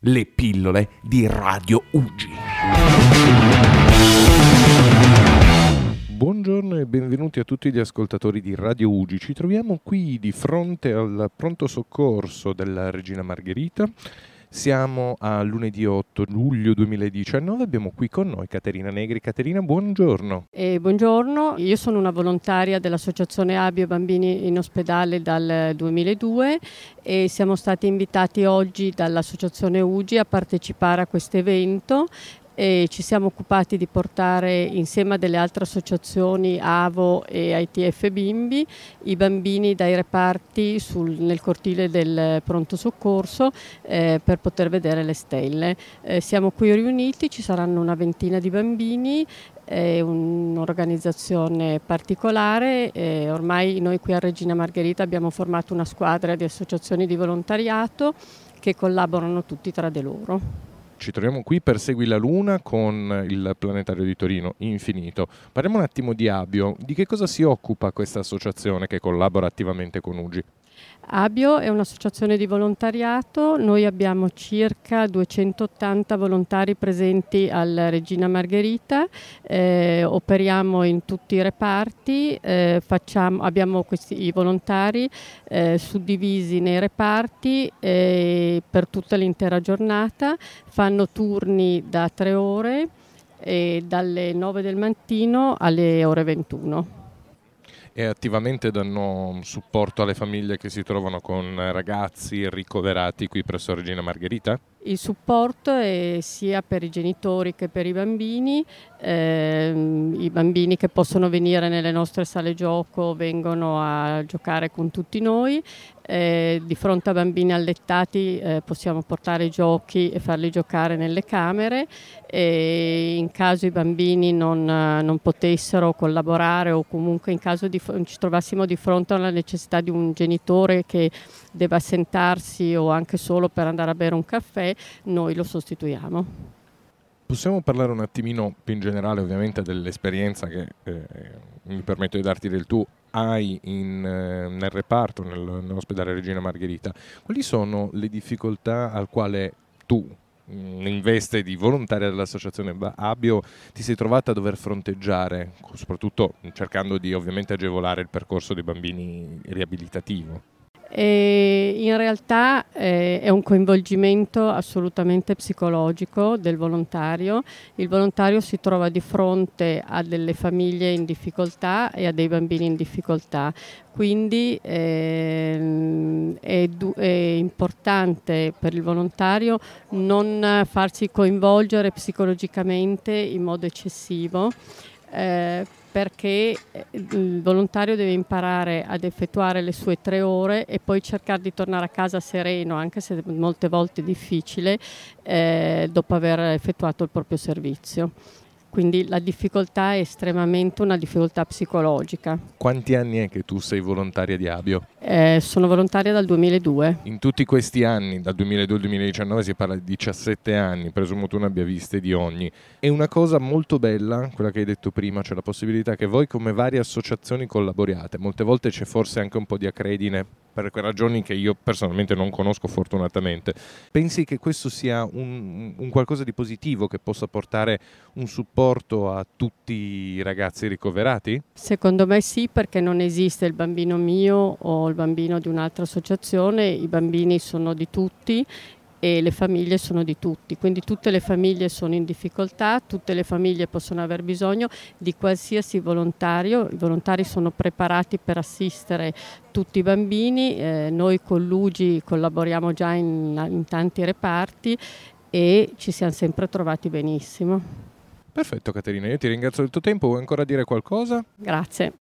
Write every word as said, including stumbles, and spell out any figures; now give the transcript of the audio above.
le pillole di Radio U G. Buongiorno e benvenuti a tutti gli ascoltatori di Radio U G. Ci troviamo qui di fronte al pronto soccorso della Regina Margherita. Siamo a lunedì otto luglio duemiladiciannove, abbiamo qui con noi Caterina Negri. Caterina, buongiorno. Eh, buongiorno, io sono una volontaria dell'Associazione Abio Bambini in Ospedale dal duemiladue e siamo stati invitati oggi dall'Associazione U G a partecipare a questo evento. E ci siamo occupati di portare insieme a delle altre associazioni A V O e I T F Bimbi i bambini dai reparti sul, nel cortile del pronto soccorso eh, per poter vedere le stelle. Eh, siamo qui riuniti, ci saranno una ventina di bambini, è un'organizzazione particolare. Eh, ormai noi qui a Regina Margherita abbiamo formato una squadra di associazioni di volontariato che collaborano tutti tra di loro. Ci troviamo qui per Segui la Luna con il Planetario di Torino Infinito. Parliamo un attimo di Abio. Di che cosa si occupa questa associazione che collabora attivamente con U G I? Abio è un'associazione di volontariato, noi abbiamo circa duecentottanta volontari presenti alla Regina Margherita, eh, operiamo in tutti i reparti, eh, facciamo, abbiamo questi i volontari eh, suddivisi nei reparti eh, per tutta l'intera giornata, fanno turni da tre ore e dalle nove del mattino alle ore ventuno. E attivamente danno supporto alle famiglie che si trovano con ragazzi ricoverati qui presso Regina Margherita? Il supporto è sia per i genitori che per i bambini, eh, i bambini che possono venire nelle nostre sale gioco vengono a giocare con tutti noi, eh, di fronte a bambini allettati eh, possiamo portare i giochi e farli giocare nelle camere, e in caso i bambini non, non potessero collaborare o comunque in caso di, ci trovassimo di fronte alla necessità di un genitore che deve assentarsi o anche solo per andare a bere un caffè, noi lo sostituiamo. Possiamo parlare un attimino più in generale ovviamente dell'esperienza che eh, mi permetto di darti del tu hai in, eh, nel reparto, nel, nell'ospedale Regina Margherita. Quali sono le difficoltà al quale tu, in veste di volontaria dell'associazione Abio, ti sei trovata a dover fronteggiare, soprattutto cercando di ovviamente agevolare il percorso dei bambini riabilitativo? E in realtà eh, è un coinvolgimento assolutamente psicologico del volontario. Il volontario si trova di fronte a delle famiglie in difficoltà e a dei bambini in difficoltà, quindi eh, è, du- è importante per il volontario non farsi coinvolgere psicologicamente in modo eccessivo, eh, perché il volontario deve imparare ad effettuare le sue tre ore e poi cercare di tornare a casa sereno, anche se molte volte è difficile, eh, dopo aver effettuato il proprio servizio. Quindi la difficoltà è estremamente una difficoltà psicologica. Quanti anni è che tu sei volontaria di Abio? Eh, sono volontaria dal duemiladue. In tutti questi anni, dal duemiladue al duemiladiciannove, si parla di diciassette anni, presumo tu ne abbia viste di ogni. È una cosa molto bella, quella che hai detto prima, cioè la possibilità che voi come varie associazioni collaboriate. Molte volte c'è forse anche un po' di acredine, per quelle ragioni che io personalmente non conosco fortunatamente. Pensi che questo sia un, un qualcosa di positivo che possa portare un supporto a tutti i ragazzi ricoverati? Secondo me sì, perché non esiste il bambino mio o il bambino di un'altra associazione, i bambini sono di tutti e le famiglie sono di tutti, quindi tutte le famiglie sono in difficoltà, tutte le famiglie possono aver bisogno di qualsiasi volontario. I volontari sono preparati per assistere tutti i bambini, eh, noi con l'U G I collaboriamo già in, in tanti reparti e ci siamo sempre trovati benissimo. Perfetto Caterina, io ti ringrazio del tuo tempo, vuoi ancora dire qualcosa? Grazie.